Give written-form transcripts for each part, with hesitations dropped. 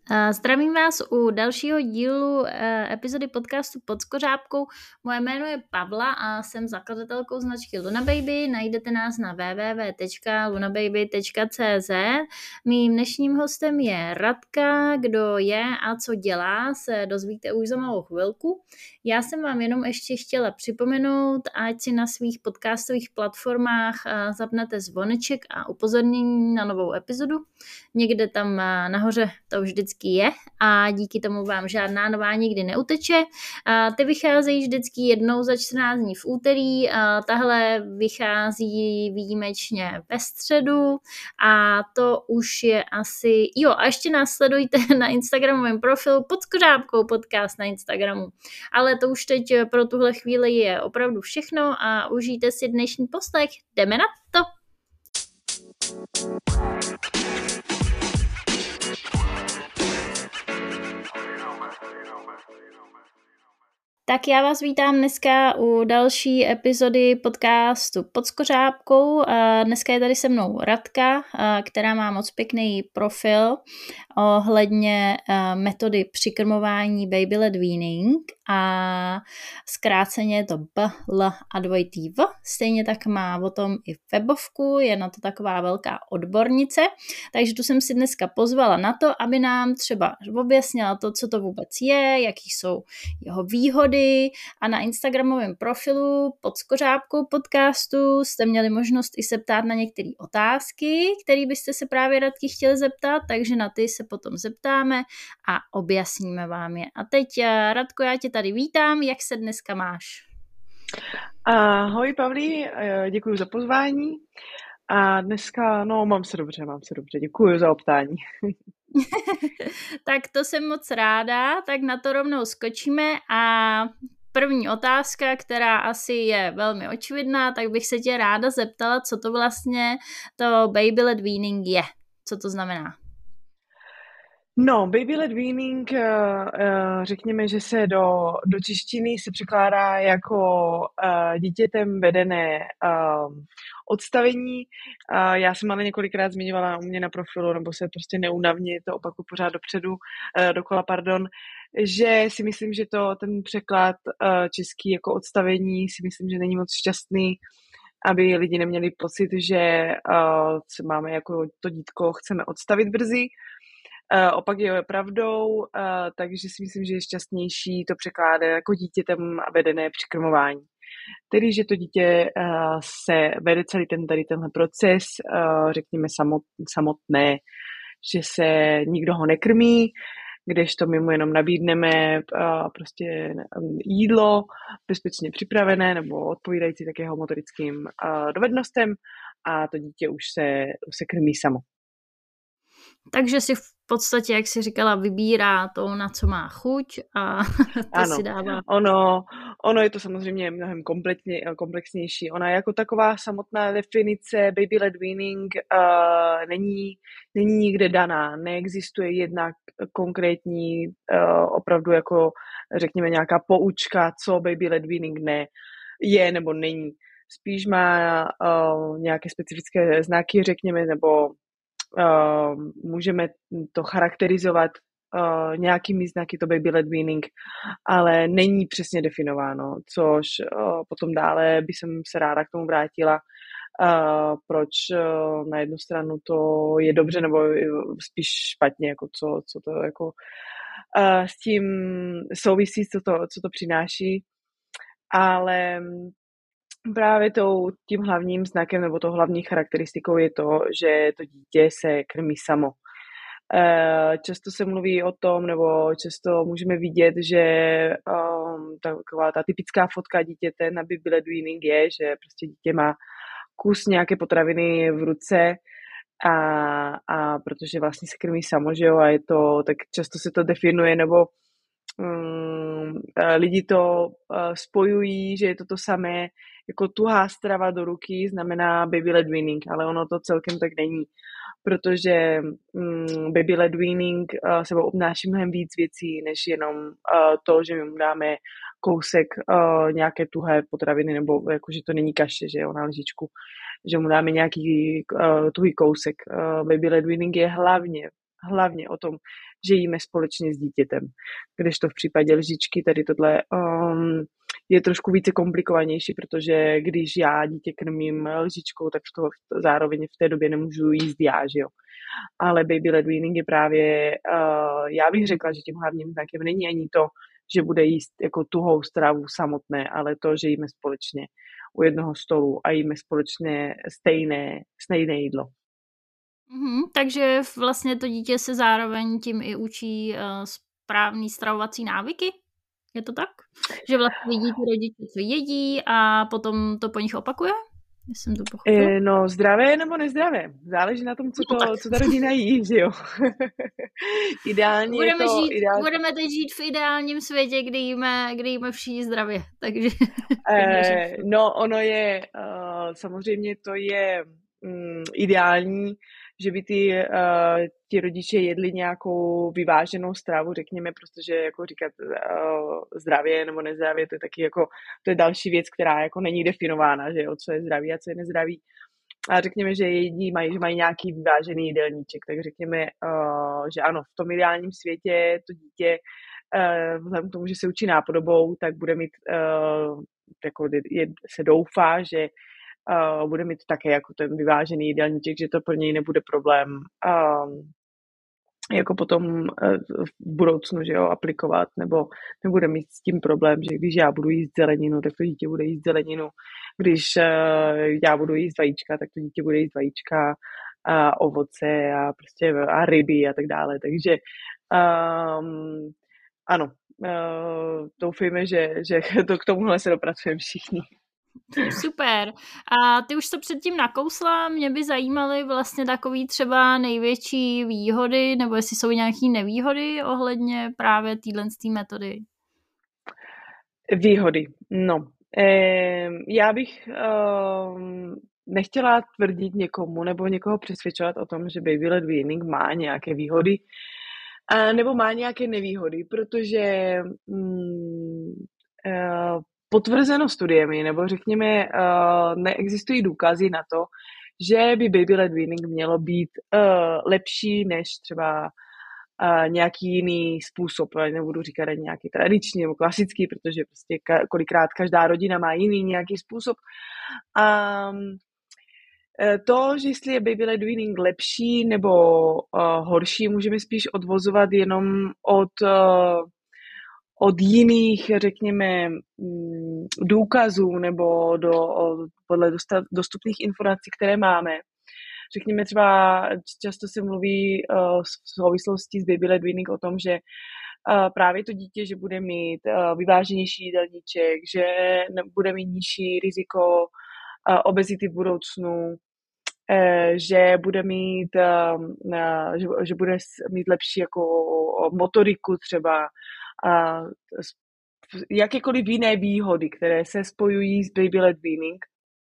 Zdravím vás u dalšího dílu epizody podcastu Pod skořápkou. Moje jméno je Pavla a jsem zakladatelkou značky Luna Baby. Najdete nás na www.lunababy.cz. Mým dnešním hostem je Radka. Kdo je a co dělá, se dozvíte už za malou chvilku. Já jsem vám jenom ještě chtěla připomenout, ať si na svých podcastových platformách zapnete zvoneček a upozornění na novou epizodu. Někde tam nahoře to vždycky je a díky tomu vám žádná nová nikdy neuteče. Ty vycházejí vždycky jednou za 14 dní v úterý, tahle vychází výjimečně ve středu a to už je asi... Jo, a ještě nás sledujte na Instagramovém profilu Pod skořápkou podcast na Instagramu. Ale to už teď pro tuhle chvíli je opravdu všechno a užijte si dnešní poslech. Jdeme na to! Tak já vás vítám dneska u další epizody podcastu Pod skořápkou. Dneska je tady se mnou Radka, která má moc pěkný profil ohledně metody přikrmování baby led weaning a zkráceně je to BL a dvojitý V. Stejně tak má o tom i webovku, je na to taková velká odbornice, takže tu jsem si dneska pozvala na to, aby nám třeba objasnila to, co to vůbec je, jaký jsou jeho výhody, a na Instagramovém profilu Pod skořápkou podcastu jste měli možnost i se ptát na některé otázky, které byste se právě Radky chtěli zeptat, takže na ty se potom zeptáme a objasníme vám je. A teď, Radko, já tě tady vítám, jak se dneska máš? Ahoj Pavlí, děkuji za pozvání a dneska, mám se dobře, děkuji za optání. Tak to jsem moc ráda, tak na to rovnou skočíme a první otázka, která asi je velmi očividná, tak bych se tě ráda zeptala, co to vlastně to baby led weaning je. Co to znamená? No, baby led weaning, řekněme, že se do češtiny se překládá jako dítětem vedené odstavení. Já jsem ale několikrát zmiňovala u mě na profilu, nebo se prostě neúnavně to opakuju pořád dokola, že si myslím, že ten překlad český jako odstavení si myslím, že není moc šťastný, aby lidi neměli pocit, že máme jako to dítko chceme odstavit brzy. Opak je pravdou, takže si myslím, že je šťastnější to překládat jako dítětem vedené přikrmování. Tedy, že to dítě se vede celý tenhle proces, řekněme samotné, že se nikdo ho nekrmí, kdežto my mu jenom nabídneme prostě jídlo bezpečně připravené nebo odpovídající také jeho motorickým dovednostem a to dítě už se krmí samo. Takže si v podstatě, jak jsi říkala, vybírá to, na co má chuť a to ano, si dává. Ono je to samozřejmě mnohem komplexnější. Ona jako taková samotná definice baby led weaning není nikde daná. Neexistuje jedna konkrétní opravdu jako řekněme nějaká poučka, co baby led weaning je nebo není. Spíš má nějaké specifické znaky, řekněme, nebo můžeme to charakterizovat nějakými znaky to baby led weaning, ale není přesně definováno, což potom dále by jsem se ráda k tomu vrátila, proč na jednu stranu to je dobře nebo spíš špatně, jako co to jako s tím souvisí, co to přináší, ale právě tím hlavním znakem nebo tou hlavní charakteristikou je to, že to dítě se krmí samo. Často se mluví o tom, nebo často můžeme vidět, že taková ta typická fotka dítěte na baby led weaning je, že prostě dítě má kus nějaké potraviny v ruce a protože vlastně se krmí samo, že jo, a je to, tak často se to definuje, nebo lidi to spojují, že je to samé, jako tuhá strava do ruky znamená baby led weaning, ale ono to celkem tak není, protože baby led weaning sebou obnáší mnohem víc věcí, než jenom to, že my mu dáme kousek nějaké tuhé potraviny, nebo jakože to není kaše, že jo, na lžičku, že mu dáme nějaký tuhý kousek. Baby led weaning je hlavně o tom, že jíme společně s dítětem. Kdežto v případě lžičky tady tohle je trošku více komplikovanější, protože když já dítě krmím lžičkou, tak zároveň v té době nemůžu jíst já, že jo. Ale baby led weaning je právě, já bych řekla, že tím hlavním znakem není ani to, že bude jíst jako tuhou stravu samotné, ale to, že jíme společně u jednoho stolu a jíme společně stejné jídlo. Takže vlastně to dítě se zároveň tím i učí správný stravovací návyky? Je to tak? Že vlastně vidí ty rodiče, co jedí a potom to po nich opakuje? Jsem to pochopila. No, zdravé nebo nezdravé. Záleží na tom, co ta rodina jí, že jo. Ideálně budeme teď žít v ideálním světě, kdy jíme všichni zdravě. Takže no, ono je, samozřejmě to je ideální, že by ti rodiče jedli nějakou vyváženou stravu, řekněme, protože jako říkat zdravě nebo nezdravě, to je taky jako, to je další věc, která jako není definována, že jo, co je zdraví a co je nezdraví. A řekněme, že jedí, že mají nějaký vyvážený jídelníček, tak řekněme, že ano, v tom ideálním světě to dítě vzhledem k tomu, že se učí nápodobou, tak bude mít, jako se doufá, že bude mít také jako ten vyvážený jídelníček, že to pro něj nebude problém jako potom v budoucnu, že jo, aplikovat, nebo nebude mít s tím problém, že když já budu jíst zeleninu, tak to dítě bude jíst zeleninu, když já budu jíst vajíčka, tak to dítě bude jíst vajíčka a ovoce a prostě a ryby a tak dále, takže ano, doufejme, že to k tomuhle se dopracujeme všichni. Super. A ty už to předtím nakousla, mě by zajímaly vlastně takový třeba největší výhody, nebo jestli jsou nějaký nevýhody ohledně právě téhle metody. Výhody, no. Já bych nechtěla tvrdit někomu nebo někoho přesvědčovat o tom, že baby led weaning má nějaké výhody, nebo má nějaké nevýhody, protože potvrzeno studiemi, nebo řekněme, neexistují důkazy na to, že by baby led weaning mělo být lepší než třeba nějaký jiný způsob, nebudu říkat ani nějaký tradiční nebo klasický, protože prostě kolikrát každá rodina má jiný nějaký způsob. To, že jestli je baby led weaning lepší nebo horší, můžeme spíš odvozovat jenom od jiných, řekněme, důkazů nebo podle dostupných informací, které máme. Řekněme třeba, často se mluví v souvislosti s baby led weaning o tom, že právě to dítě, že bude mít vyváženější jídelníček, že bude mít nižší riziko obezity v budoucnu, že bude mít, že bude mít lepší jako motoriku třeba, jakékoliv jiné výhody, které se spojují s baby led weaning,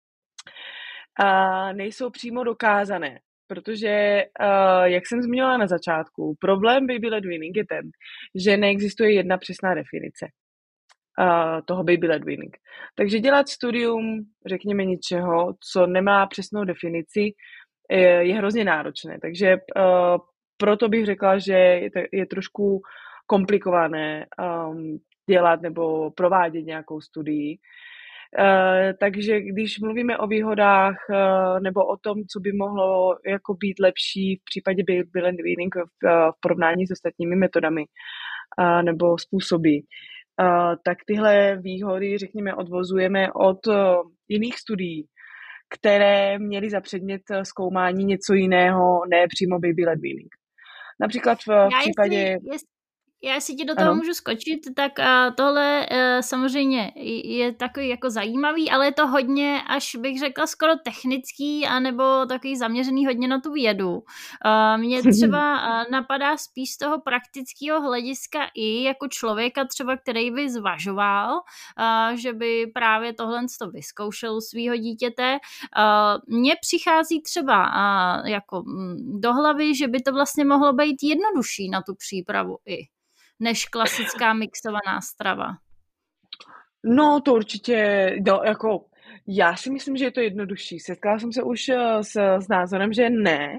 nejsou přímo dokázané, protože, jak jsem zmínila na začátku, problém baby led weaning je ten, že neexistuje jedna přesná definice toho baby led weaning. Takže dělat studium, řekněme, něčeho, co nemá přesnou definici, je hrozně náročné. Takže proto bych řekla, že je trošku komplikované dělat nebo provádět nějakou studii. Takže když mluvíme o výhodách nebo o tom, co by mohlo jako být lepší v případě baby led weaning v porovnání s ostatními metodami nebo způsoby, tak tyhle výhody, řekněme, odvozujeme od jiných studií, které měly za předmět zkoumání něco jiného, ne přímo baby led weaning. Například v případě... Já jestli ti do toho můžu skočit, tak tohle samozřejmě je takový jako zajímavý, ale je to hodně, až bych řekla, skoro technický, anebo takový zaměřený hodně na tu vědu. Mě třeba napadá spíš z toho praktického hlediska i jako člověka třeba, který by zvažoval, že by právě tohle to vyzkoušel u svýho dítěte. Mně přichází třeba jako do hlavy, že by to vlastně mohlo být jednodušší na tu přípravu i než klasická mixovaná strava. No to určitě, jako já si myslím, že je to jednodušší. Setkala jsem se už s názorem, že ne,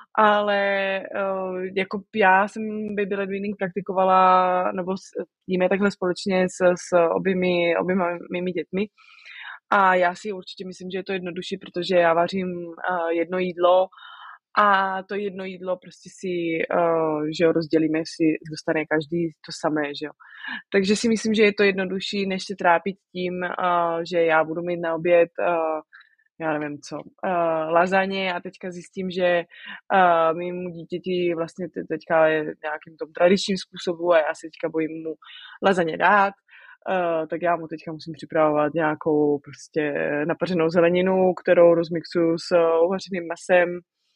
ale jako já jsem baby led weaning praktikovala, nebo jíme takhle společně s oběma mými dětmi. A já si určitě myslím, že je to jednodušší, protože já vařím jedno jídlo a to jedno jídlo prostě si, že jo, rozdělíme si, dostane každý to samé, že jo. Takže si myslím, že je to jednodušší, než se trápit tím, že já budu mít na oběd, já nevím co, lazaně a teďka zjistím, že mému dítěti vlastně teďka je nějakým tom tradičním způsobu a já se teďka bojím mu lazaně dát, tak já mu teďka musím připravovat nějakou prostě napařenou zeleninu, kterou rozmixuju s uvařeným masem,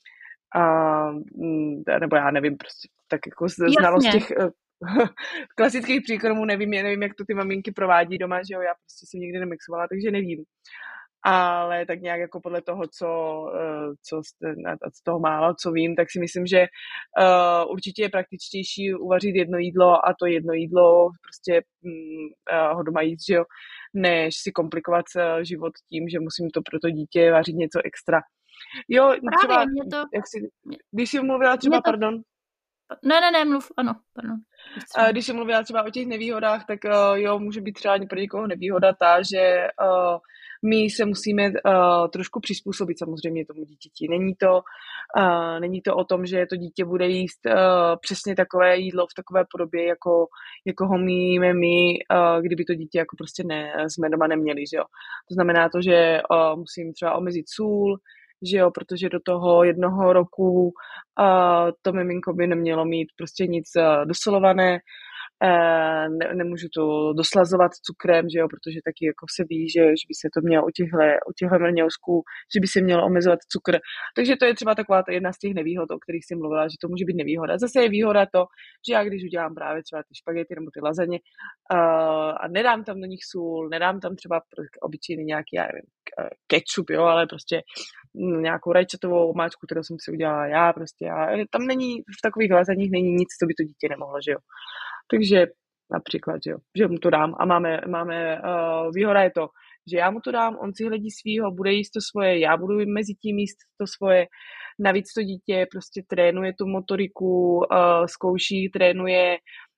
nebo já nevím, prostě tak jako znalost těch klasických příkrmů, nevím, jak to ty maminky provádí doma, že jo, já prostě jsem nikdy nemixovala, takže nevím. Ale tak nějak jako podle toho, co z toho málo, co vím, tak si myslím, že určitě je praktičtější uvařit jedno jídlo a to jedno jídlo prostě ho doma jíst, že jo, než si komplikovat život tím, že musím to pro to dítě vařit něco extra. Jo, právě, třeba, to, když jsi mluvila třeba, pardon. Ne, mluv, ano, pardon. Když jsi mluvila třeba o těch nevýhodách, tak jo, může být třeba pro někoho nevýhoda ta, že my se musíme trošku přizpůsobit samozřejmě tomu dítěti. Není to o tom, že to dítě bude jíst přesně takové jídlo v takové podobě, jako ho míme my, kdyby to dítě jako prostě jsme doma neměli, že jo. To znamená to, že musím třeba omezit sůl, že jo, protože do toho 1 roku to miminko by nemělo mít prostě nic dosolované, nemůžu to doslazovat cukrem, že jo, protože taky jako se ví, že by se to mělo u těchhle mrňousků, že by se mělo omezovat cukr. Takže to je třeba taková jedna z těch nevýhod, o kterých jsem mluvila, že to může být nevýhoda. Zase je výhoda to, že já když udělám právě třeba ty špagety nebo ty lazaně a nedám tam do nich sůl, nedám tam třeba obyčejný nějaký, já nevím, ketchup, jo, ale prostě nějakou rajčatovou omáčku, kterou jsem si udělala já, prostě tam není, v takových lazaních není nic, co by to dítě nemohlo, že jo. Takže například, že mu to dám a máme výhoda je to, že já mu to dám, on si hledí svýho, bude jíst to svoje, já budu mezi tím jíst to svoje, navíc to dítě prostě trénuje tu motoriku, zkouší, trénuje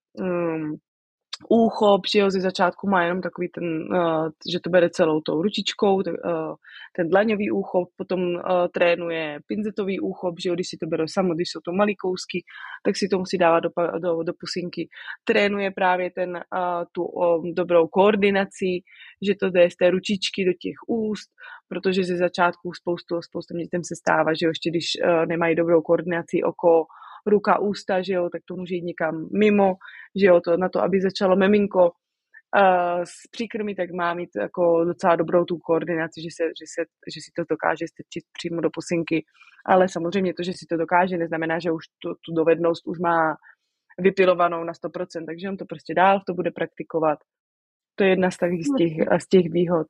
úchop, že jo, ze začátku má jenom takový ten, že to bere celou tou ručičkou, ten dlaňový úchop, potom trénuje pinzetový úchop, že jo, když si to bere samo, když jsou to malý kousky, tak si to musí dávat do pusinky. Trénuje právě tu dobrou koordinaci, že to jde z té ručičky do těch úst, protože ze začátku spoustu dětem se stává, že jo, ještě když nemají dobrou koordinaci oko, ruka, ústa, že jo, tak to může jít někam mimo, že jo, to na to, aby začalo miminko s příkrmy, tak má mít jako docela dobrou tu koordinaci, že si to dokáže strčit přímo do pusinky, ale samozřejmě to, že si to dokáže, neznamená, že už tu dovednost už má vypilovanou na 100%, takže on to prostě dál to bude praktikovat. To je jedna z těch výhod.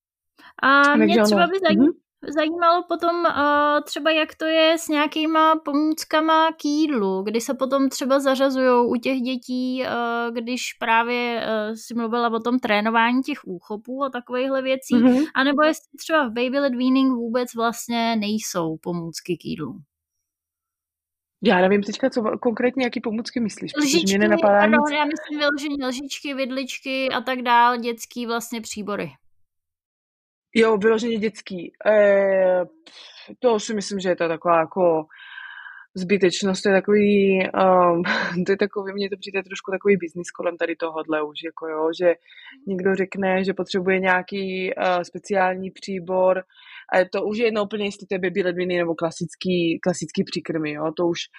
A mě třeba by zajímalo potom třeba, jak to je s nějakýma pomůckama k jídlu, kdy se potom třeba zařazujou u těch dětí, když právě si mluvila o tom trénování těch úchopů a takovýchhle věcí, anebo jestli třeba v baby led weaning vůbec vlastně nejsou pomůcky k jídlu. Já nevím teďka, co konkrétně, jaký pomůcky myslíš, lžičky, mě nenapadá nic. Já myslím vyloženě lžičky, vidličky a tak dál, dětský vlastně příbory. Jo, vyloženě dětský. To si myslím, že je to taková jako zbytečnost, to je takový, mně to přijde trošku takový biznis kolem tady tohodle už, jako jo, že někdo řekne, že potřebuje nějaký speciální příbor, a to už je jedno úplně, jestli to je baby led weaning nebo klasický příkrmy, jo, to už,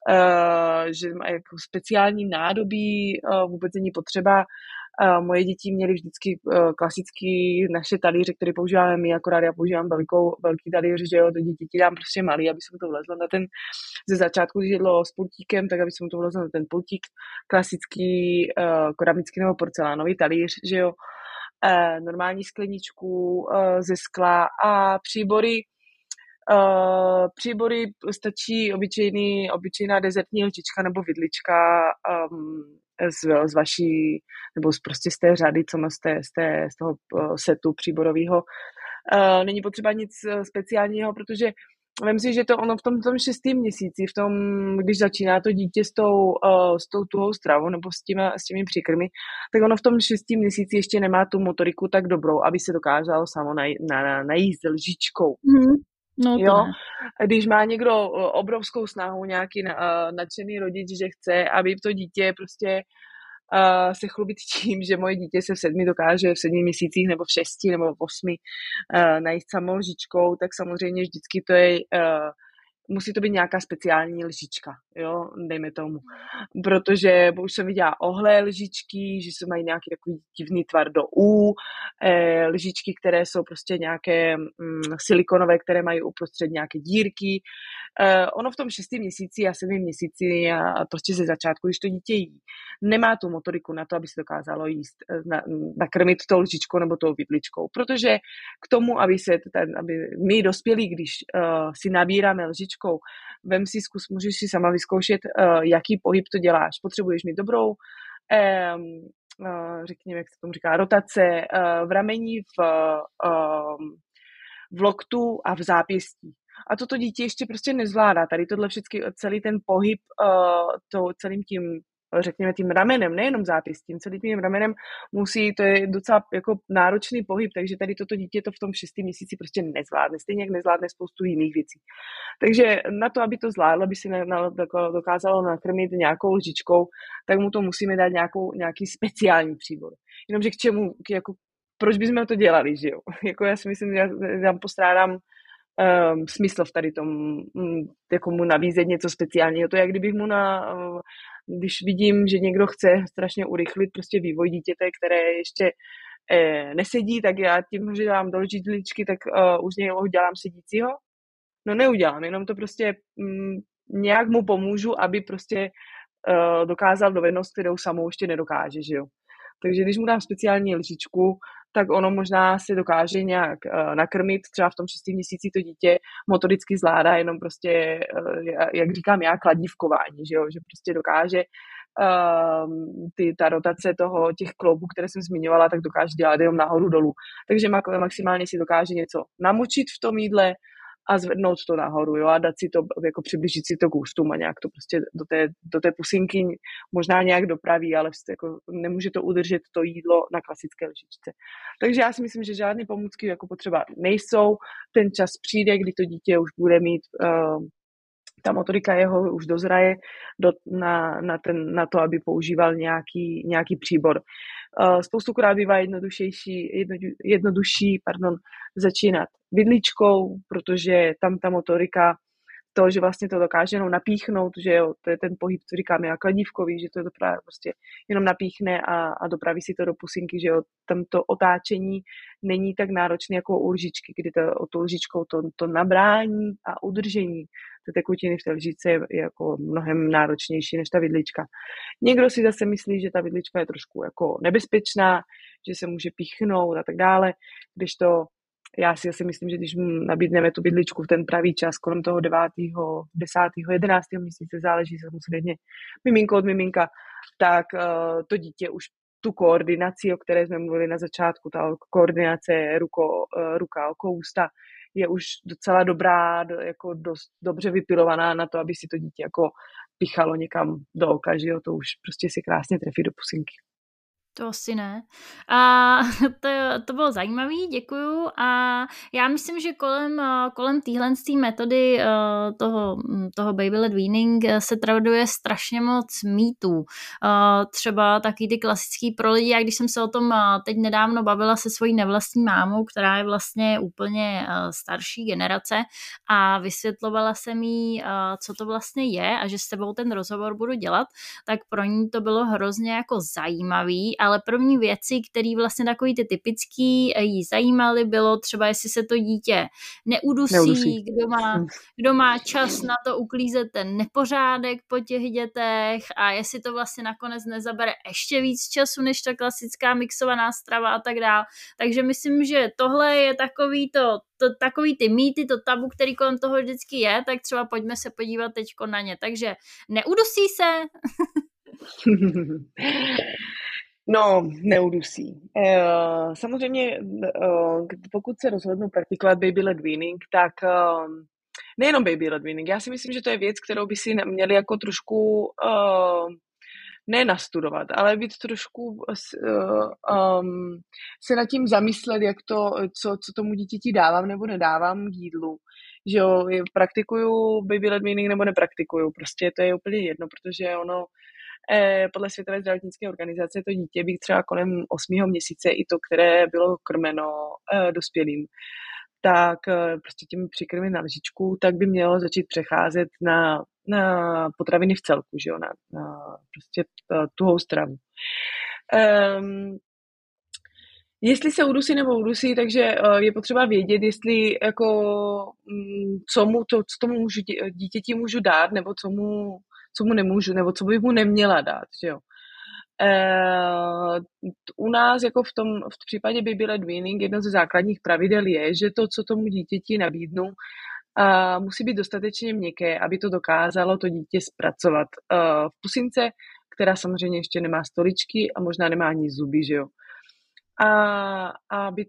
že jako speciální nádobí vůbec není potřeba. Moje děti měly vždycky klasický naše talíře, které používáme my, akorát já používám velký talíř, že jo, to děti dám prostě malý, aby se mu to vlezlo na ten, ze začátku, když jedlo s pultíkem, tak aby se mu to vlezlo na ten pultík, klasický keramický nebo porcelánový talíř, že jo, normální skleničku ze skla a příbory stačí obyčejná dezertní lžička nebo vidlička z vaší, nebo prostě z té řady, co má z toho setu příborového. Není potřeba nic speciálního, protože vem si, že to ono v tom 6. měsíci, když začíná to dítě s tou tuhou stravou nebo s těmi příkrmy, tak ono v tom 6. měsíci ještě nemá tu motoriku tak dobrou, aby se dokázalo samo najíst lžičkou. No to Jo, ne. když má někdo obrovskou snahu, nějaký nadšený rodič, že chce, aby to dítě prostě se chlubit tím, že moje dítě se dokáže v 7 měsících nebo v 6 nebo v 8 najíst samou lžičkou, tak samozřejmě vždycky to je musí to být nějaká speciální lžička, jo, dejme tomu. Protože už jsem viděla ohlé lžičky, že se mají nějaký takový divný tvar do lžičky, které jsou prostě nějaké silikonové, které mají uprostřed nějaké dírky. Ono v tom 6. měsíci a 7. měsíci a prostě ze začátku, když to dítě jí, nemá tu motoriku na to, aby se dokázalo jíst, nakrmit tou lžičkou nebo tou vidličkou. Protože k tomu, aby my dospělí, když si nabíráme lžičkou, můžeš si sama vyzkoušet, jaký pohyb to děláš. Potřebuješ mít dobrou, řekněme, jak se tomu říká, rotace v rameni, v loktu a v zápěstí. A toto dítě ještě prostě nezvládá. Tady tohle všechny, celý ten pohyb celým tím, řekněme, tím ramenem, nejenom zápěstím, celým tím ramenem to je docela jako náročný pohyb, takže tady toto dítě to v tom 6. měsíci prostě nezvládne, stejně jak nezvládne spoustu jiných věcí. Takže na to, aby to zvládlo, aby si dokázalo nakrmit nějakou lžičkou, tak mu to musíme dát nějaký speciální příbor. Jenomže k čemu, proč bychom to dělali, že jo? Jako já si myslím, že já postrádám smysl v tady tom, jako mu nabízet něco speciálního. To je, jak kdybych když vidím, že někdo chce strašně urychlit prostě vývoj dítěte, které ještě nesedí, tak já tím, že dám do židličky, tak už z něho dělám sedícího. No neudělám, jenom to prostě nějak mu pomůžu, aby prostě dokázal dovednost, kterou samou ještě nedokáže, že jo. Takže když mu dám speciální lžičku, tak ono možná se dokáže nějak nakrmit, třeba v tom 6. měsíci to dítě motoricky zvládá jenom prostě, jak říkám já, kladívkování, že jo, že prostě dokáže ta rotace těch kloubů, které jsem zmiňovala, tak dokáže dělat jenom nahoru dolů. Takže maximálně si dokáže něco namočit v tom jídle a zvednout to nahoru, jo, a dát si to, jako přiblížit si to k ústům a nějak to prostě do té pusinky možná nějak dopraví, ale jako nemůže to udržet to jídlo na klasické lžičce. Takže já si myslím, že žádné pomůcky jako potřeba nejsou. Ten čas přijde, kdy to dítě už bude mít ta motorika jeho už dozraje na to, aby používal nějaký příbor. Spoustukrát bývá jednodušší začínat vidličkou, protože tam ta motorika, to, že vlastně to dokáže jenom napíchnout, že jo, to je ten pohyb, co říkám já, kladívkový, že to dopraví prostě jenom napíchne a dopraví si to do pusinky, že jo, tam to otáčení není tak náročné jako u lžičky, kdy tou lžičkou to nabrání a udržení té tekutiny v té lžičce je jako mnohem náročnější než ta vidlička. Někdo si zase myslí, že ta vidlička je trošku jako nebezpečná, že se může píchnout a tak dále, kdežto já si asi myslím, že když mu nabídneme tu vidličku v ten pravý čas, kolem toho 9., 10., 11. měsíce, záleží samozřejmě miminko od miminka, tak to dítě už tu koordinaci, o které jsme mluvili na začátku, ta koordinace ruka, oko, ústa, je už docela dobrá, jako dost dobře vypilovaná na to, aby si to dítě jako pichalo někam do oka, že jo, to už prostě si krásně trefí do pusinky. To asi ne. A to bylo zajímavý, děkuju. A já myslím, že kolem téhle metody toho baby-led weaning se traduje strašně moc mýtů. Třeba taky ty klasický pro lidi, a když jsem se o tom teď nedávno bavila se svojí nevlastní mámou, která je vlastně úplně starší generace a vysvětlovala jsem jí, co to vlastně je a že s tebou ten rozhovor budu dělat, tak pro ní to bylo hrozně jako zajímavý, ale první věci, které vlastně takový ty typický jí zajímaly, bylo třeba, jestli se to dítě neudusí. Kdo má čas na to uklízet ten nepořádek po těch dětech a jestli to vlastně nakonec nezabere ještě víc času, než ta klasická mixovaná strava a tak dále. Takže myslím, že tohle je takový ty mýty, to tabu, který kolem toho vždycky je, tak třeba pojďme se podívat teďko na ně. Takže neudusí se? No, neudusí. Samozřejmě, pokud se rozhodnu praktikovat baby-led weaning, tak nejenom baby led weaning, já si myslím, že to je věc, kterou by si měli jako trošku ne nastudovat, ale být trošku se nad tím zamyslet, jak to, co tomu dítěti dávám nebo nedávám k jídlu. Že jo, praktikuju baby led weaning nebo nepraktikuju, prostě to je úplně jedno, protože ono podle Světové zdravotnické organizace to dítě by třeba kolem 8. měsíce i to, které bylo krmeno dospělým, tak prostě tím přikrmit na lžičku, tak by mělo začít přecházet na potraviny v celku, že jo, na prostě tuhou stravu. Jestli se udusí nebo udusí, takže je potřeba vědět, jestli jako co tomu můžu dítěti můžu dát, nebo co mu nemůžu, nebo co bych mu neměla dát, že jo. U nás jako v případě baby led weaning jedno ze základních pravidel je, že to, co tomu dítěti nabídnu, musí být dostatečně měkké, aby to dokázalo to dítě zpracovat. V pusince, která samozřejmě ještě nemá stoličky a možná nemá ani zuby, že jo. A aby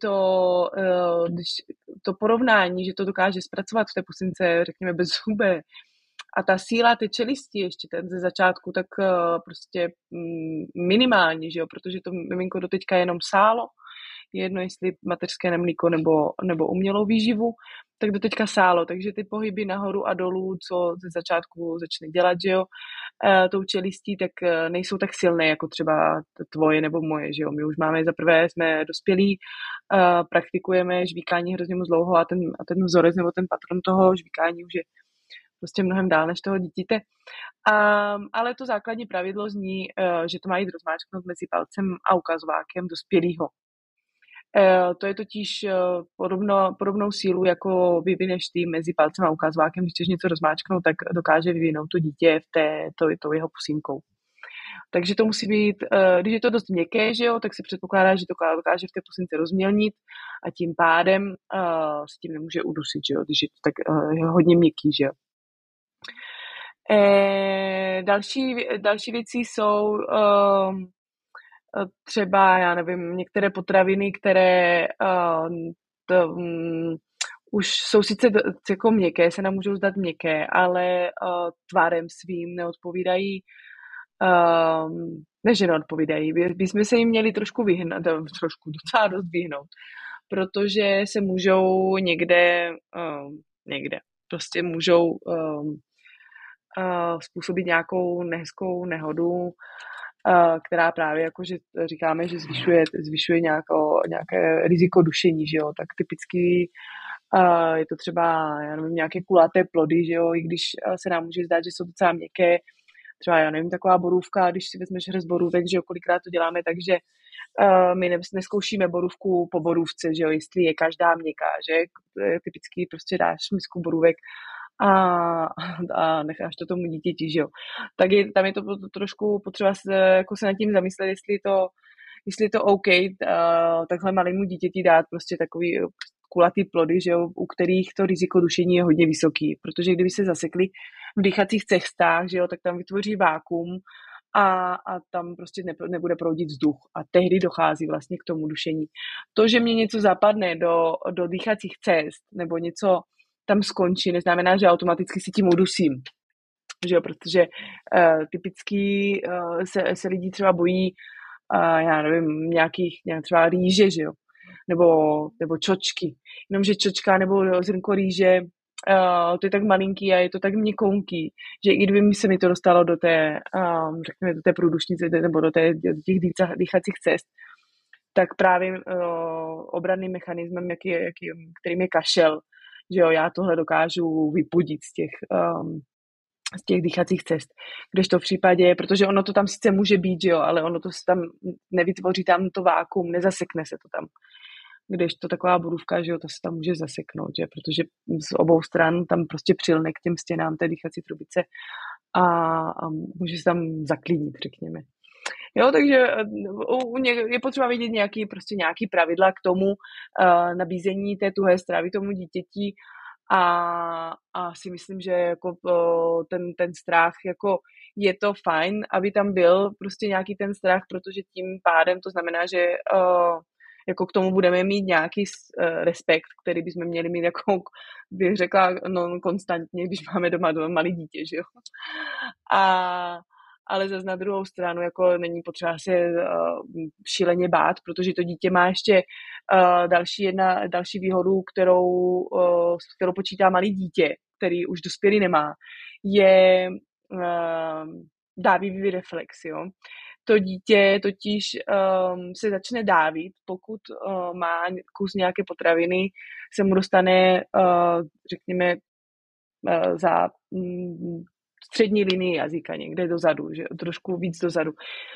to porovnání, že to dokáže zpracovat v té pusince, řekněme, bez zubé, a ta síla té čelisti ještě ze začátku, tak prostě minimální, že jo, protože to miminko doteďka jenom sálo, je jedno, jestli mateřské mlíko nebo umělou výživu, tak doteďka sálo, takže ty pohyby nahoru a dolů, co ze začátku začne dělat, že jo, tou čelistí, tak nejsou tak silné, jako třeba tvoje nebo moje, že jo. My už máme, za prvé jsme dospělí, praktikujeme žvíkání hrozně moc dlouho a ten vzorec nebo ten patron toho žvíkání už je prostě mnohem dál než toho dítěte. Ale to základní pravidlo zní, že to má jít rozmáčknout mezi palcem a ukazovákem dospělého. To je totiž podobnou sílu, jako vyvineš ty mezi palcem a ukazovákem. Když chceš něco rozmáčknout, tak dokáže vyvinout to dítě tou jeho pusínkou. Takže to musí být, když je to dost měkké, že jo, tak se předpokládá, že to dokáže v té pusince rozmělnit a tím pádem s tím nemůže udusit, že jo, když je to tak hodně měkký, že jo. Další věci jsou třeba, já nevím, některé potraviny, které už jsou sice jako měkké, se nám můžou zdát měkké, ale tvárem svým neodpovídají, ne, že neodpovídají, bychom se jim měli trošku vyhnout, docela dost vyhnout, protože se můžou někde prostě můžou způsobit nějakou nehezkou nehodu, která právě jakože říkáme, že zvyšuje nějaké riziko dušení, že jo, tak typicky je to třeba, já nevím, nějaké kulaté plody, že jo, i když se nám může zdát, že jsou docela měkké, třeba, já nevím, taková borůvka, když si vezmeš hrst borůvek, že jo, kolikrát to děláme, takže my neskoušíme borůvku po borůvce, že jo, jestli je každá měkká, že typicky prostě dáš misku borůvek a necháš to tomu dítěti, že jo. Tak tam je to trošku potřeba se nad tím zamyslet, jestli je to OK takhle malému dítěti dát prostě takový kulatý plody, že jo, u kterých to riziko dušení je hodně vysoký, protože kdyby se zasekli v dýchacích cestách, že jo, tak tam vytvoří vákuum a tam prostě nebude proudit vzduch a tehdy dochází vlastně k tomu dušení. To, že mě něco zapadne do dýchacích cest nebo něco tam skončí, neznamená, že automaticky si tím udusím. Že jo, protože typicky se lidi třeba bojí, já nevím, nějakých třeba rýže, že jo, nebo čočky. Jenomže čočka nebo zrnko rýže, to je tak malinký a je to tak měkounký, že i kdyby se mi to dostalo do té, řekněme, do té průdušnice nebo do těch dýchacích cest, tak právě obranným mechanismem, kterým je kašel, že jo, já tohle dokážu vypudit z těch dýchacích cest. Kdežto v případě, protože ono to tam sice může být, že jo, ale ono to se tam nevytvoří tam to vákuum, nezasekne se to tam. Kdežto taková borůvka, že jo, to se tam může zaseknout, že, protože z obou stran tam prostě přilne k těm stěnám té dýchací trubice a může se tam zaklidnit, řekněme. Jo, takže je potřeba vidět nějaký pravidla k tomu nabízení té tuhé stravy tomu dítěti a si myslím, že jako ten strach, jako je to fajn, aby tam byl prostě nějaký ten strach, protože tím pádem to znamená, že jako k tomu budeme mít nějaký respekt, který bychom měli mít, jako bych řekla, no, konstantně, když máme doma malé dítě, že jo. Ale zase na druhou stranu jako není potřeba se šíleně bát, protože to dítě má ještě další výhodu, s kterou počítá malý dítě, který už dospělý nemá, je dávivý reflex. Jo? To dítě totiž se začne dávit, pokud má kus nějaké potraviny, se mu dostane, řekněme, za střední linii jazyka, někde dozadu, že trošku víc dozadu,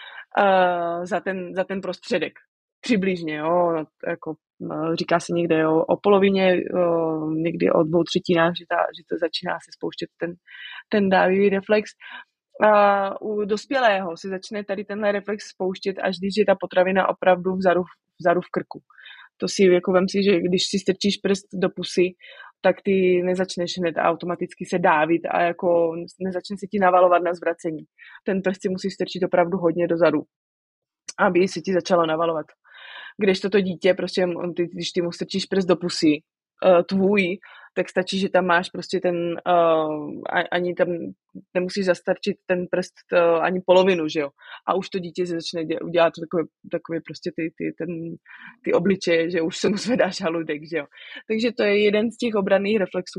za ten prostředek. Přibližně, jo, jako říká se někde o polovině, někdy o 2/3, že to začíná se spouštět ten dávivý reflex. A u dospělého se začne tady tenhle reflex spouštět, až když je ta potravina opravdu vzadu v krku. To si jako vem si, že když si strčíš prst do pusy, tak ty nezačneš hned automaticky se dávit a jako nezačne se ti navalovat na zvracení. Ten prst si musíš strčit opravdu hodně dozadu, aby se ti začalo navalovat. Když toto dítě, prostě, když ty mu strčíš prst do pusy, tvůj, tak stačí, že tam máš prostě ani tam nemusíš zastarčit ten prst ani polovinu, že jo. A už to dítě se začne udělat takové prostě ty obličeje, že už se mu zvedá žaludek, že jo. Takže to je jeden z těch obranných reflexů,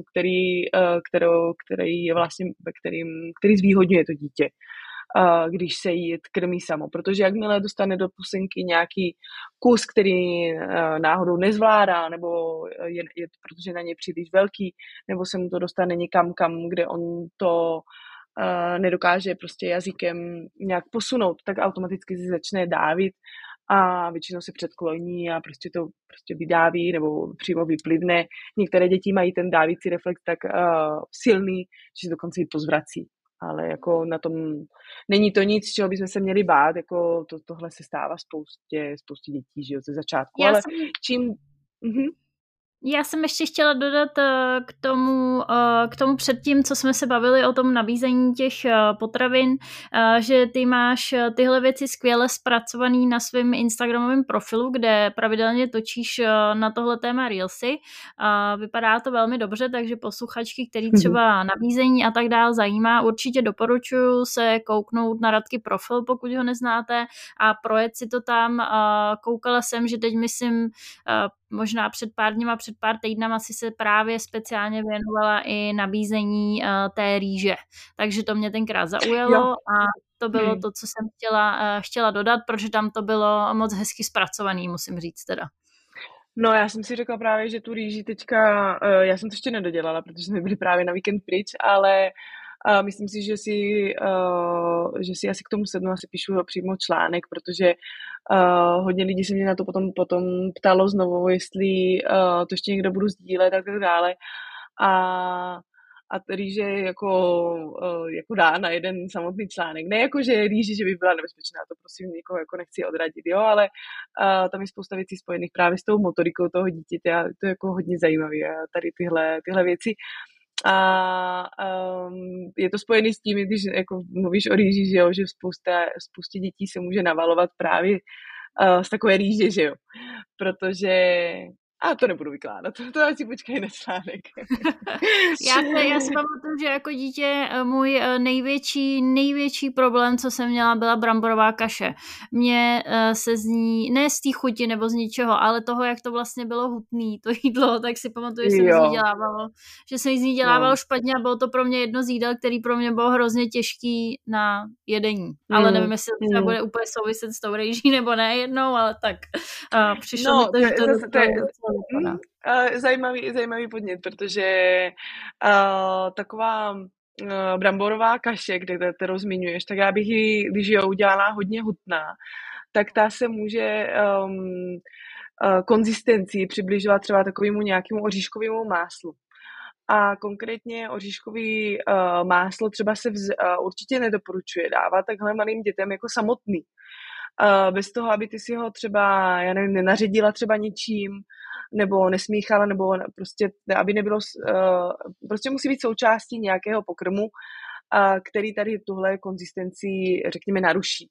který je vlastně, který zvýhodňuje to dítě, když se jí krmí samo. Protože jakmile dostane do pusinky nějaký kus, který náhodou nezvládá, nebo je protože na ně příliš velký, nebo se mu to dostane někam, kde on to nedokáže prostě jazykem nějak posunout, tak automaticky se začne dávit a většinou se předkloní a prostě to prostě vydáví nebo přímo vyplivne. Některé děti mají ten dávící reflex tak silný, že se dokonce i pozvrací. Ale jako na tom není to nic, čeho bychom se měli bát, jako tohle se stává spoustě dětí, že jo, ze začátku, ale čím... Já jsem ještě chtěla dodat k tomu předtím, co jsme se bavili o tom nabízení těch potravin, že ty máš tyhle věci skvěle zpracovaný na svém Instagramovém profilu, kde pravidelně točíš na tohle téma Reelsy. Vypadá to velmi dobře, takže posluchačky, který třeba nabízení a tak dál zajímá, určitě doporučuji se kouknout na Radky profil, pokud ho neznáte, a projet si to tam. Koukala jsem, že teď myslím možná před pár týdnama si se právě speciálně věnovala i nabízení té rýže. Takže to mě tenkrát zaujalo a to bylo to, co jsem chtěla dodat, protože tam to bylo moc hezky zpracovaný, musím říct teda. No, já jsem si řekla právě, že tu rýži teďka, já jsem to ještě nedodělala, protože jsme byli právě na víkend pryč, ale myslím si, že si asi k tomu sednu a si píšu přímo článek, protože hodně lidí se mě na to potom ptalo znovu, jestli to ještě někdo budu sdílet a tak dále. A rýže jako dá na jeden samotný článek. Ne jako, že rýže, že by byla nebezpečná, to prosím někoho jako nechci odradit, jo, ale tam je spousta věcí spojených právě s tou motorikou toho dítěte a to je jako hodně zajímavé tady tyhle věci. A je to spojený s tím, když jako mluvíš o rýži, že jo, že spoustě dětí se může navalovat právě z takové rýže, že jo, protože to nebudu vykládat, to asi počkej na článek. Já si pamatuju, že jako dítě můj největší problém, co jsem měla, byla bramborová kaše. Mně se z ní, ne z té chuti nebo z ničeho, ale toho, jak to vlastně bylo hutný, to jídlo, tak si pamatuju, že jsem z ní dělávalo špatně a bylo to pro mě jedno z jídel, který pro mě bylo hrozně těžký na jedení. Ale nevím, jestli to třeba bude úplně souviset s tou rejží nebo ne jednou, ale tak přišlo mi to, že to zajímavý podnět, protože taková bramborová kaše, kterou zmiňuješ, tak já bych ji, když ji udělala hodně hutná, tak ta se může konzistenci přibližovat třeba takovému nějakému oříškovému máslu. A konkrétně oříškový máslo třeba se určitě nedoporučuje dávat takhle malým dětem jako samotný. Bez toho, aby ty si ho třeba, já nevím, nenaředila třeba něčím, nebo nesmíchala, nebo prostě, aby nebylo, prostě musí být součástí nějakého pokrmu, který tady tuhle konzistenci, řekněme, naruší.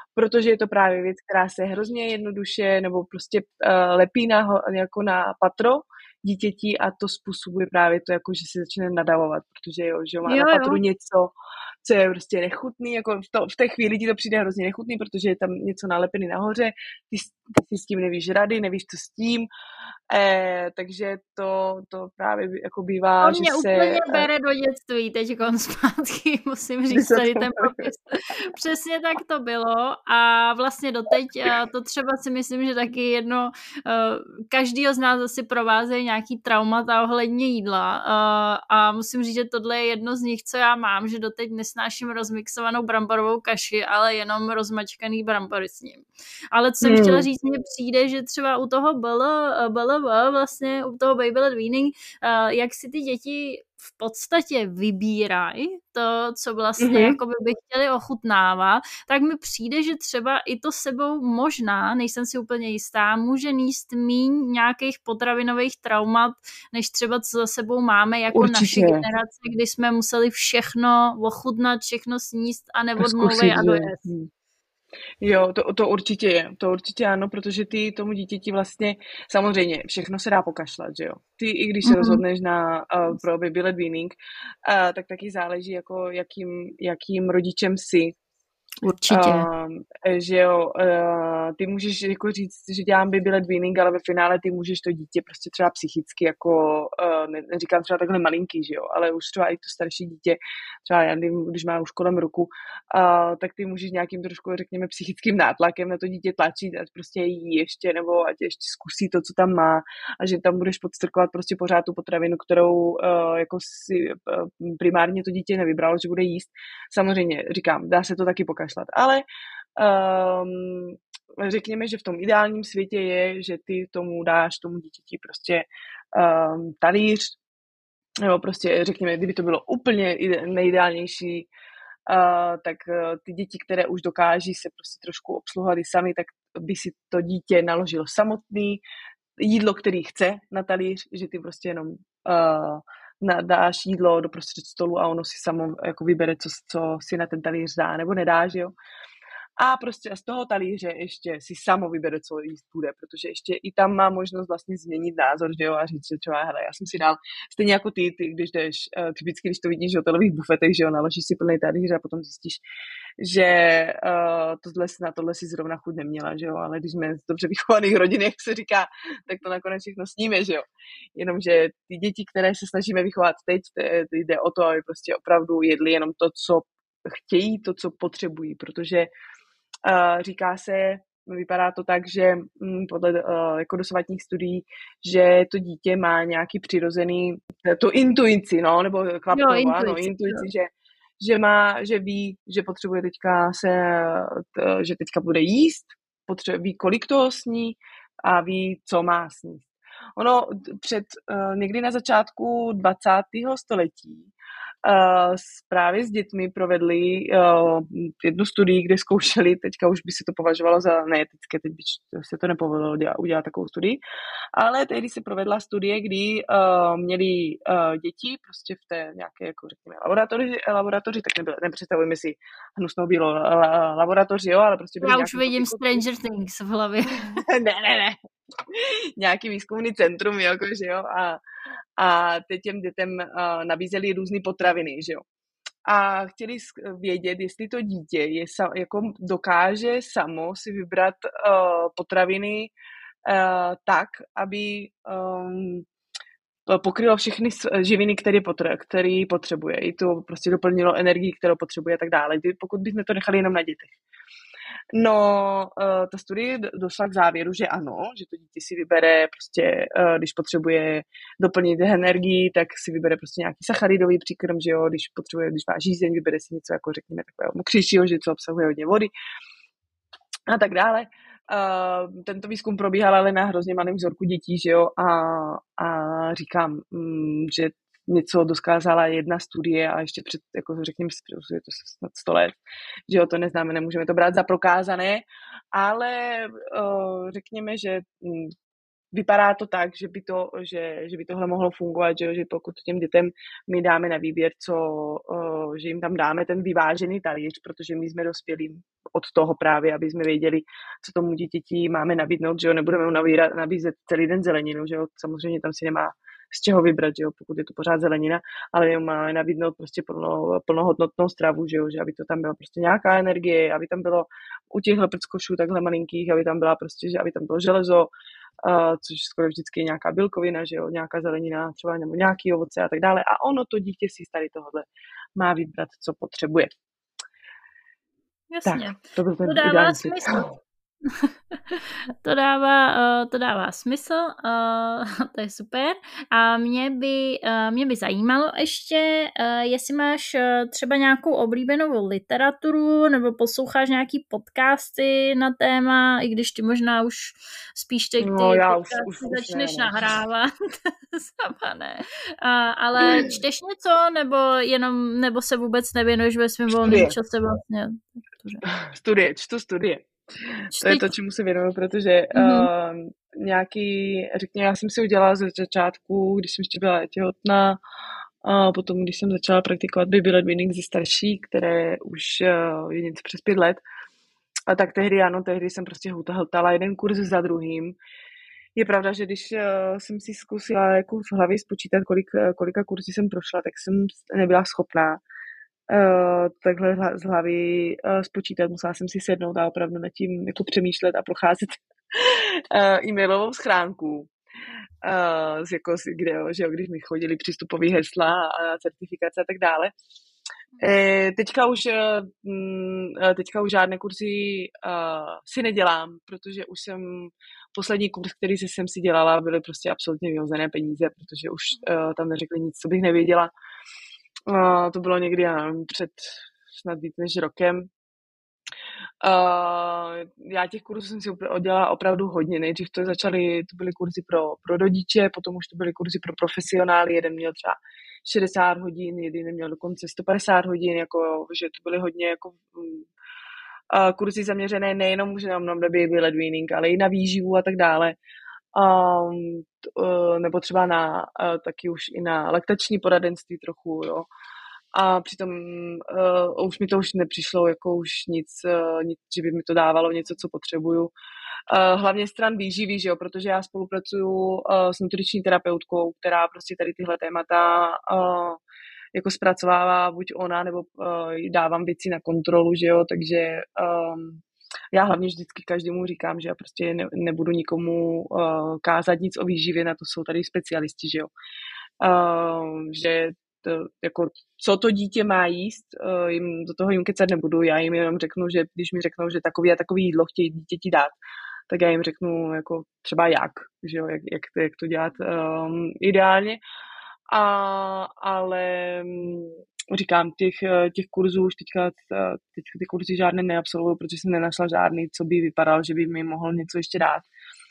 protože je to právě věc, která se hrozně jednoduše nebo prostě lepí jako na patro dítěti a to způsobuje právě to, jako že se začne nadavovat, protože že má Jo, na patru jo. něco, co je prostě nechutný, jako v té chvíli ti to přijde hrozně nechutný, protože je tam něco nalepený nahoře, ty si s tím nevíš rady, nevíš, co s tím, takže to právě jako bývá, To že mě se... úplně bere do dětství teďkon zpátky, musím říct, tady ten popis. Přesně tak to bylo a vlastně doteď to třeba si myslím, že taky jedno, každýho z nás asi provázejí nějaký traumata ohledně jídla a musím říct, že tohle je jedno z nich, co já mám, že doteď nesnáším rozmixovanou bramborovou kaši, ale jenom rozmačkaný brambory s ním. Ale co jsem chtěla říct, mně přijde, že třeba u toho BLV, vlastně u toho Baby Led Weaning, jak si ty děti v podstatě vybírají to, co vlastně jakoby by chtěli ochutnávat, tak mi přijde, že třeba i to sebou možná, nejsem si úplně jistá, může nést míň nějakých potravinových traumat, než třeba co za sebou máme jako naše generace, kdy jsme museli všechno ochutnat, všechno sníst a neodmlouvej a dojést. Jo, to určitě je, to určitě ano, protože ty tomu dítěti vlastně, samozřejmě, všechno se dá pokašlat, že jo. Ty, i když se rozhodneš pro Baby Led Weaning, tak taky záleží, jako jakým rodičem jsi. Určitě. Že jo, ty můžeš jako říct, že dělám Baby Led Weaning, ale ve finále ty můžeš to dítě prostě třeba psychicky jako, neříkám třeba takhle malinký, že jo, ale už třeba i to starší dítě, třeba já nevím, když má už kolem roku, tak ty můžeš nějakým trošku, řekněme, psychickým nátlakem na to dítě tlačit, ať prostě jí ještě, nebo ať ještě zkusí to, co tam má a že tam budeš podstrkovat prostě pořád tu potravinu, kterou jako si primárně to dítě nevybralo, že bude jíst. Samozřejmě, říkám, dá se to taky pokašlat, ale řekněme, že v tom ideálním světě je, že ty tomu dáš tomu dítěti prostě talíř, nebo prostě řekněme, kdyby to bylo úplně nejideálnější, tak ty děti, které už dokáží se prostě trošku obsluhovat i sami, tak by si to dítě naložilo samotný jídlo, který chce na talíř, že ty prostě jenom dáš jídlo do prostřed stolu a ono si samo jako vybere, co si na ten talíř dá nebo nedá, že jo. A prostě z toho talíře ještě si samo vybere, co jíst bude, protože ještě i tam má možnost vlastně změnit názor, že jo, a říct, že třeba, hele, já jsem si dal, stejně jako ty když jdeš, typicky, když to vidíš v hotelových bufetech, že jo, naložíš si plný talíř a potom zjistíš, že na tohle si zrovna chuť neměla, že jo, ale když jsme z dobře vychovaných rodin, jak se říká, tak to nakonec všechno sníme, že jo. Jenomže ty děti, které se snažíme vychovat teď, jde o to, aby prostě opravdu jedli jenom to, co chtějí, to, co potřebují, protože říká se, vypadá to tak, že podle jako dosavadních studií, že to dítě má nějaký přirozený, tu intuici, no, nebo Klapkova, ano, intuici, že ví, že potřebuje teďka že teďka bude jíst, ví, kolik toho sní a ví, co má sníst. Ono někdy na začátku 20. století právě s dětmi provedli jednu studii, kde zkoušeli, teďka už by se to považovalo za neetické, teď by se to nepovedlo udělat takovou studii, ale tehdy se provedla studie, kdy měli děti prostě v té nějaké, jako řekněme, laboratoři, tak nepředstavujeme si hnusnou bílou laboratoři, jo, ale prostě byli. Já už vidím Stranger Things v hlavě. ne. Nějaký výzkumný centrum, že jo, a teď těm dětem nabízeli různé potraviny, že jo. A chtěli vědět, jestli to dítě jako dokáže samo si vybrat potraviny tak, aby pokrylo všechny živiny, které potřebuje. I to prostě doplnilo energii, kterou potřebuje a tak dále. Pokud bychom to nechali jenom na dětech. No, ta studie došla k závěru, že ano, že to dítě si vybere prostě, když potřebuje doplnit energii, tak si vybere prostě nějaký sacharidový příkrm, že jo, když má žízeň, vybere si něco jako řekněme takového mokřejšího, že co obsahuje hodně vody a tak dále. Tento výzkum probíhal ale na hrozně malém vzorku dětí, že jo, a říkám, že něco dokázala jedna studie a ještě před, jako řekněme, je to snad 100 let, že jo, to neznáme, nemůžeme to brát za prokázané, ale řekněme, že vypadá to tak, že by tohle mohlo fungovat, že pokud těm dětem my dáme na výběr, že jim tam dáme ten vyvážený talíř, protože my jsme dospělí od toho právě, aby jsme věděli, co tomu dítěti máme nabídnout, že jo, nebudeme mu nabízet celý den zeleninu, že jo, samozřejmě tam si nemá z čeho vybrat, že jo, pokud je to pořád zelenina, ale máme nabídnout prostě plnohodnotnou stravu, že jo, že aby to tam byla prostě nějaká energie, aby tam bylo u těch leprdskošů takhle malinkých, aby tam byla prostě, že aby tam bylo železo, což skoro vždycky je nějaká bílkovina, že jo, nějaká zelenina třeba nebo nějaký ovoce a tak dále. A ono to dítě si tady tohle má vybrat, co potřebuje. Jasně. Tak, to byl ten to dává ideální smysl. To dává smysl, to je super. A mě by zajímalo ještě, jestli máš třeba nějakou oblíbenou literaturu nebo posloucháš nějaký podcasty na téma, i když ty možná už spíš ty podcasty začneš nahrávat. Sama ne. Ale čteš něco nebo se vůbec nevěnuješ ve svém volném čase vlastně? Čtu studie. To je to, čemu se věnuju, protože já jsem si udělala ze začátku, když jsem ještě byla těhotná, a potom, když jsem začala praktikovat baby-led weaning ze starší, které už je něco přes 5 let, a tak tehdy jsem prostě hltala jeden kurz za druhým. Je pravda, že když jsem si zkusila jako v hlavě spočítat, kolika kurzů jsem prošla, tak jsem nebyla schopná takhle z hlavy spočítat. Musela jsem si sednout a opravdu nad tím jako přemýšlet a procházet e-mailovou schránku. Když mi chodili přístupový hesla a certifikace a tak dále. Teďka už žádné kurzy si nedělám, protože už poslední kurz, který jsem si dělala, byly prostě absolutně vyhozené peníze, protože už tam neřekli nic, co bych nevěděla. To bylo někdy, před snad víc než rokem. Já těch kurzů jsem si oddělala opravdu hodně. Nejdřív to byly kurzy pro rodiče, potom už to byly kurzy pro profesionály. Jeden měl třeba 60 hodin, jeden měl dokonce 150 hodin, že to byly hodně kurzy zaměřené nejenom na baby-led weaning, ale i na výživu a tak dále. Nebo třeba taky už i na laktační poradenství trochu, jo. A přitom už mi to už nepřišlo jako už nic, že by mi to dávalo něco, co potřebuju. Hlavně stran výživy, že jo, protože já spolupracuju s nutriční terapeutkou, která prostě tady tyhle témata jako zpracovává buď ona, nebo dávám věci na kontrolu, že jo, takže já hlavně vždycky každému říkám, že já prostě nebudu nikomu kázat nic o výživě, na to jsou tady specialisti, že jo. Že jako, co to dítě má jíst, do toho jim kecat nebudu, já jim jenom řeknu, že když mi řeknou, že takový a takový jídlo chtějí dítěti dát, tak já jim řeknu jako třeba jak, že jo, jak to dělat ideálně. Ale říkám, těch kurzů už teďka ty kurzy žádné neabsolvuju, protože jsem nenašla žádný, co by vypadal, že by mi mohl něco ještě dát.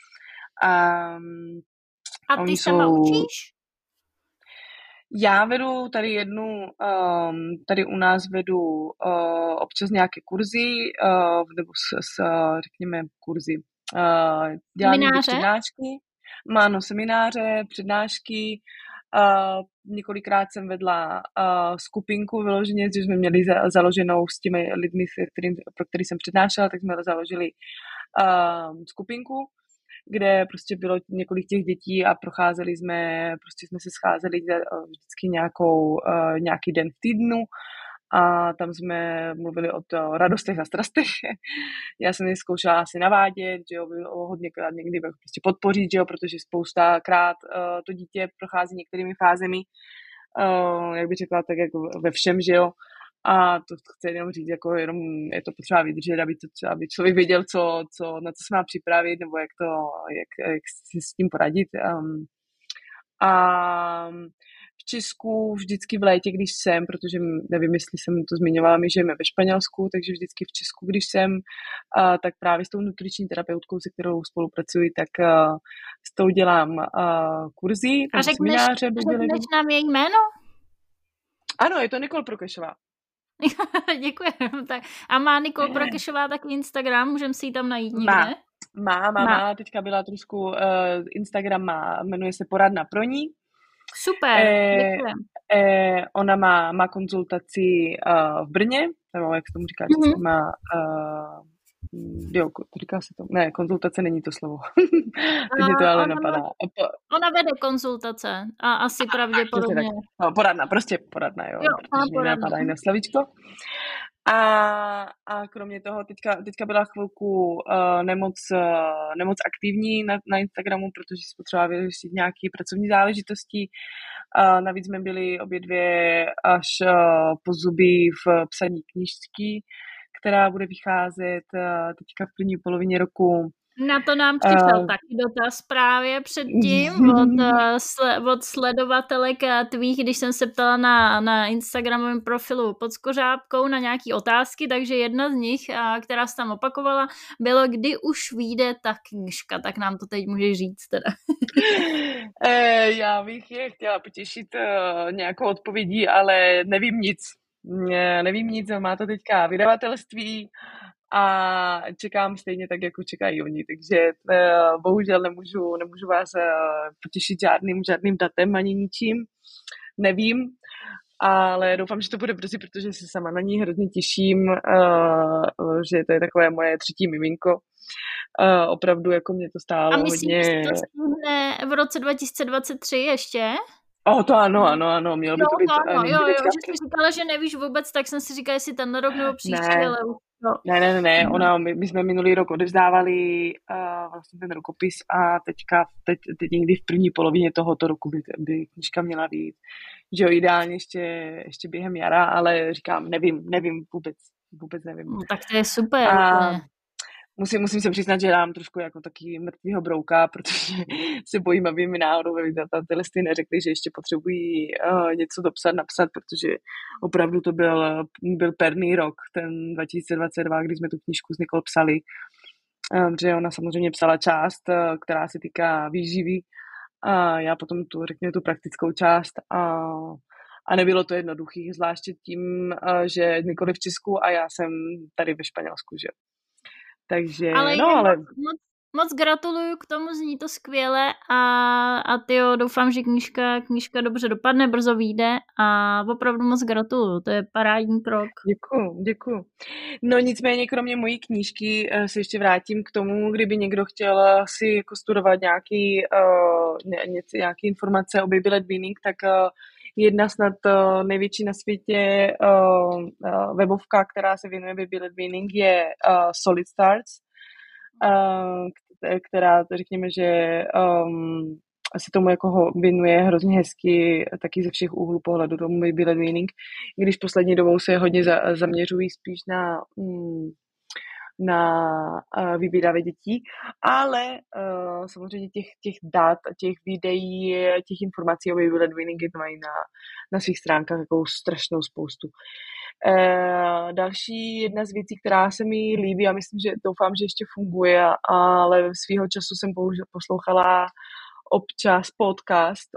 A ty sama učíš? Já vedu tady tady u nás vedu občas nějaké kurzy, nebo řekněme kurzy. Dělám přednášky. Ano, semináře, přednášky. Několikrát jsem vedla skupinku vyloženě, že jsme měli založenou s těmi lidmi, pro který jsem přednášela, tak jsme založili skupinku, kde prostě bylo několik těch dětí a prostě jsme se scházeli vždycky nějaký den v týdnu a tam jsme mluvili o radostech a strastech. Já jsem je zkoušela asi navádět, že jo, hodněkrát někdy prostě podpořit, že jo, protože spoustakrát to dítě prochází některými fázemi, jak bych řekla, tak jako ve všem, že jo. A to chci jenom říct, jako jenom je to potřeba vydržet, aby člověk věděl, na co se má připravit, nebo jak si s tím poradit. A v Česku vždycky v létě, když jsem, protože nevím, jestli jsem to zmiňovala, my žijeme ve Španělsku, takže vždycky v Česku, když jsem, tak právě s tou nutriční terapeutkou, se kterou spolupracuji, tak s tou dělám kurzy. A řekneš nám její jméno? Ano, je to Nicole Prokešová. Děkuji. Tak. A má Nicole Prokešová takový Instagram? Můžeme si ji tam najít někde? Má. Teďka byla trošku, Instagram má, jmenuje se Poradna pro ní. Super, děkujem. Ona má konzultaci v Brně, nebo jak se tomu říká Mhm. česky, má, jo, říká se to, ne, konzultace není to slovo. Teď mě to ale napadá. Ona vede konzultace a asi pravděpodobně. No, prostě poradna, jo, Jo, protože mě napadá jiné slovíčko. A kromě toho teďka byla chvilku nemoc aktivní na Instagramu, protože si potřebovala vyřešit nějaké pracovní záležitosti. Navíc jsme byli obě dvě až po zuby v psaní knížky, která bude vycházet teďka v první polovině roku. Na to nám přišel taky dotaz právě předtím od sledovatelek tvých, když jsem se ptala na Instagramovém profilu pod Skořápkou na nějaký otázky, takže jedna z nich, která se tam opakovala, bylo, kdy už vyjde ta knížka, tak nám to teď můžeš říct teda. Já bych je chtěla potěšit nějakou odpovědí, ale nevím nic, má to teďka vydavatelství a čekám stejně tak, jako čekají oni, takže bohužel nemůžu vás potěšit žádným datem ani ničím, nevím, ale doufám, že to bude brzy, protože se sama na ní hrozně těším, že to je takové moje třetí miminko. Opravdu jako mě to stálo hodně. A myslíš, že to stihne v roce 2023 ještě? To ano, mělo by to být. Jo, že jsi říkala, že nevíš vůbec, tak jsem si říkala, jestli ten rok nebo příští, ale už to. Ne, my jsme minulý rok odevzdávali vlastně ten rukopis a teď někdy v první polovině tohoto roku by knížka měla být. Že jo, ideálně ještě během jara, ale říkám, nevím vůbec nevím. No, tak to je super. Musím se přiznat, že dám trošku jako taky mrtvýho brouka, protože se bojím, aby mi náhodou vydavatelé neřekli, že ještě potřebují něco napsat, protože opravdu to byl perný rok, ten 2022, kdy jsme tu knížku s Nikol psali, protože ona samozřejmě psala část, která se týká výživy a já potom tu praktickou část a nebylo to jednoduché, zvláště tím, že Nikol je v Česku a já jsem tady ve Španělsku, že? Takže, ale moc gratuluju k tomu, zní to skvěle a tyjo, doufám, že knížka dobře dopadne, brzo vyjde a opravdu moc gratuluju, to je parádní krok. Děkuju. No nicméně, kromě mojí knížky se ještě vrátím k tomu, kdyby někdo chtěl si jako studovat nějaký informace o baby-led weaning, tak jedna snad největší na světě webovka, která se věnuje baby-led weaning, je Solid Starts, která, řekněme, že se tomu jako věnuje hrozně hezky taky ze všech úhlů pohledu tomu baby-led weaning, i když poslední dobou se hodně zaměřují spíš na vybíravě dětí, ale samozřejmě těch dat, těch videí, těch informací o baby-led weaning mají na svých stránkách jako strašnou spoustu. Další jedna z věcí, která se mi líbí a doufám, že ještě funguje, ale svýho času jsem poslouchala občas podcast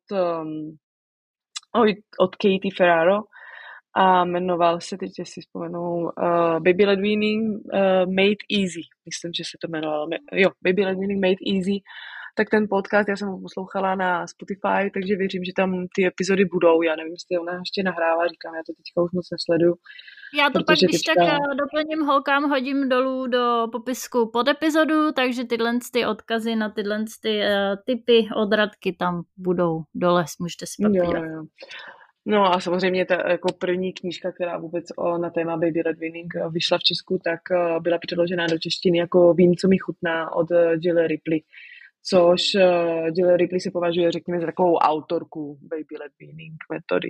od Katie Ferraro a jmenoval se, teď si vzpomenu, Baby-led weaning Made Easy. Myslím, že se to jmenovalo. Jo, Baby-led weaning Made Easy. Tak ten podcast, já jsem ho poslouchala na Spotify, takže věřím, že tam ty epizody budou. Já nevím, jestli ona ještě nahrává, říkám, já to teďka už moc nesleduju. Já to pak, když tak doplním holkám, hodím dolů do popisku pod epizodu, takže tyhle ty odkazy na tyhle ty tipy od Radky tam budou dole, můžete si papírat. Jo. No a samozřejmě ta jako první knížka, která vůbec na téma baby-led weaning vyšla v Česku, tak byla přeložená do češtiny jako Vím, co mi chutná od Jill Ripley. Což Jill Ripley se považuje, řekněme, za takovou autorku baby-led weaning metody.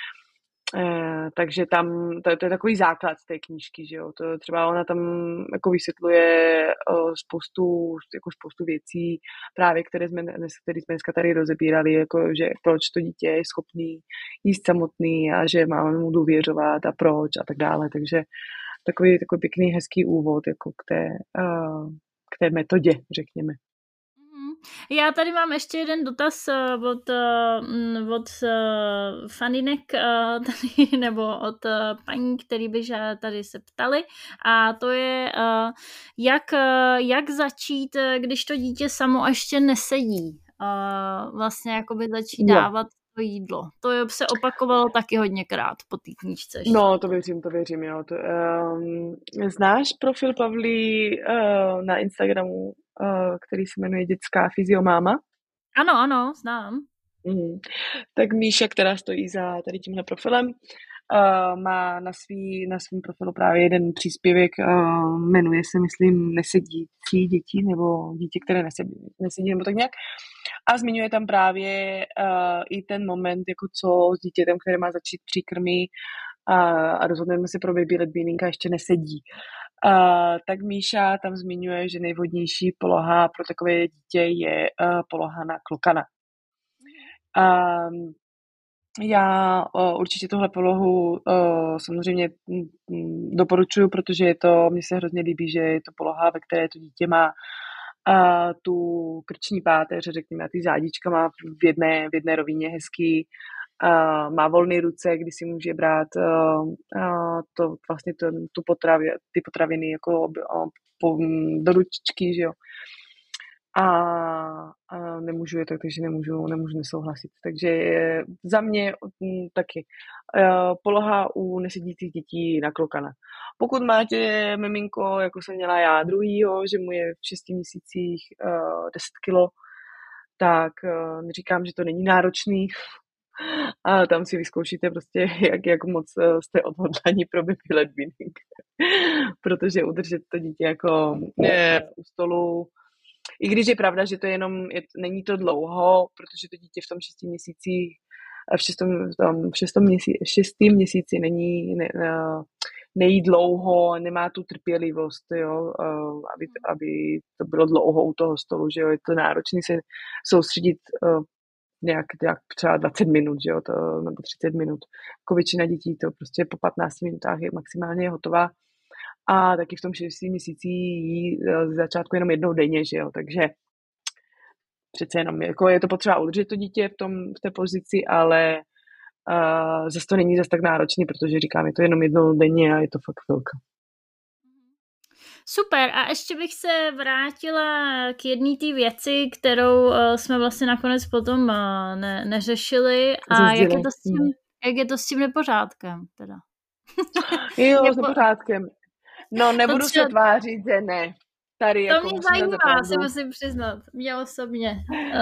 Takže tam, to je takový základ té knížky, že jo. To třeba ona tam jako vysvětluje spoustu věcí, právě které jsme dneska tady rozebírali, jako že proč to dítě je schopný jíst samotný a že máme mu důvěřovat a proč a tak dále. Takže takový pěkný, hezký úvod jako k té metodě, řekněme. Já tady mám ještě jeden dotaz od faninek tady, nebo od paní, který by tady se ptali, a to je, jak začít, když to dítě samo ještě nesedí, vlastně jakoby začít Jo. dávat to jídlo. To se opakovalo taky hodněkrát po té knížce ještě. No, to věřím, jo. Znáš profil Pavly na Instagramu, který se jmenuje Dětská fyziomáma? Ano, znám. Tak Míša, která stojí za tady tímhle profilem, má na svém profilu právě jeden příspěvek, jmenuje se, myslím, Nesedící děti, nebo dítě, které nesedí, nebo tak nějak. A zmiňuje tam právě i ten moment, jako co s dítětem, které má začít příkrmy a rozhodneme se pro baby led weaning a ještě nesedí. Tak Míša tam zmiňuje, že nejvhodnější poloha pro takové dítě je poloha na klokana. Já určitě tuhle polohu samozřejmě doporučuji, protože mně se hrozně líbí, že je to poloha, ve které to dítě má tu krční páteř, řekněme, a ty zádička má v jedné rovině hezký, má volné ruce, kdy si může brát ty potraviny jako do ručičky, že jo. A nemůžu je tak, takže nemůžu nesouhlasit. Takže za mě taky poloha u nesedících dětí na klokana. Pokud máte miminko, jako jsem měla já druhýho, že mu je v 6 měsících 10 kilo, tak neříkám, že to není náročný. A tam si vyzkoušíte prostě, jak moc jste odhodlaní pro baby led weaning. Protože udržet to dítě jako u stolu, i když je pravda, že to není to dlouho, protože to dítě v tom 6 měsících, v 6. měsíci nejí dlouho, nemá tu trpělivost, jo, aby to bylo dlouho u toho stolu, že jo, je to náročné se soustředit nějak třeba 20 minut, že jo, nebo 30 minut. Jako většina dětí to prostě po 15 minutách je maximálně hotová. A taky v tom 6. měsíci jí z začátku jenom jednou denně, že jo, takže přece jenom jako je to potřeba udržet to dítě v té pozici, ale zase to není zase tak náročný, protože říkám, je to jenom jednou denně a je to fakt chvilka. Super, a ještě bych se vrátila k jedné té věci, kterou jsme vlastně nakonec potom neřešili, a jak je to s tím nepořádkem teda? Jo, s nepořádkem. No, nebudu se tvářit, že ne. Tady to jako mě zajímá, si musím přiznat, mě osobně.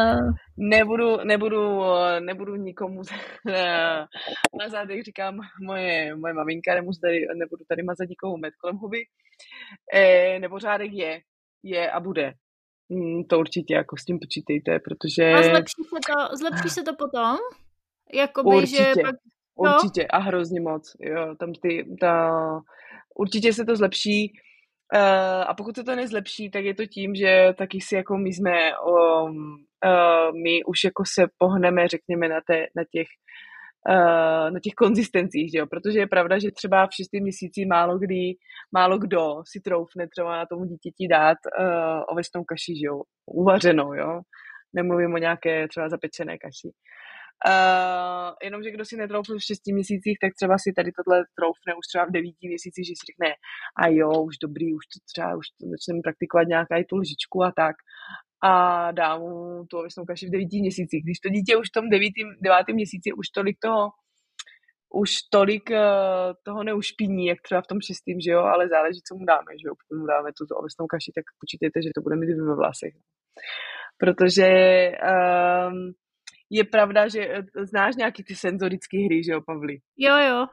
Nebudu nikomu mazat, jak říkám moje maminka, nebudu tady mazat nikomu med kolem huby. Nepořádek je a bude. To určitě jako s tím počítejte, protože... A zlepší se to potom? Jakoby, určitě, že pak... určitě a hrozně moc. Jo, určitě se to zlepší. A pokud se to nezlepší, tak je to tím, že taky si jako my už jako se pohneme, řekněme, na těch konzistencích, že jo? Protože je pravda, že třeba v 6. měsíci málo kdo si troufne třeba na tomu dítěti dát ovesnou kaši, že jo? Uvařenou, jo? Nemluvím o nějaké třeba zapečené kaši. Jenomže kdo si netroufne v 6 měsících, tak třeba si tady tohle troufne už třeba v 9 měsících, že si řekne a jo, už dobrý, už to začneme praktikovat nějaká i tu lžičku a tak. A dám mu tu ovesnou kaši v 9 měsících. Když to dítě už v tom 9. měsíci už tolik toho neušpiní, jak třeba v tom 6., že jo, ale záleží, co mu dáme, že jo. Pokud mu dáme tu ovesnou kaši, tak počítejte, že to bude mít ve vlasech. Protože je pravda, že znáš nějaký ty senzorické hry, že jo, Pavli? Jo.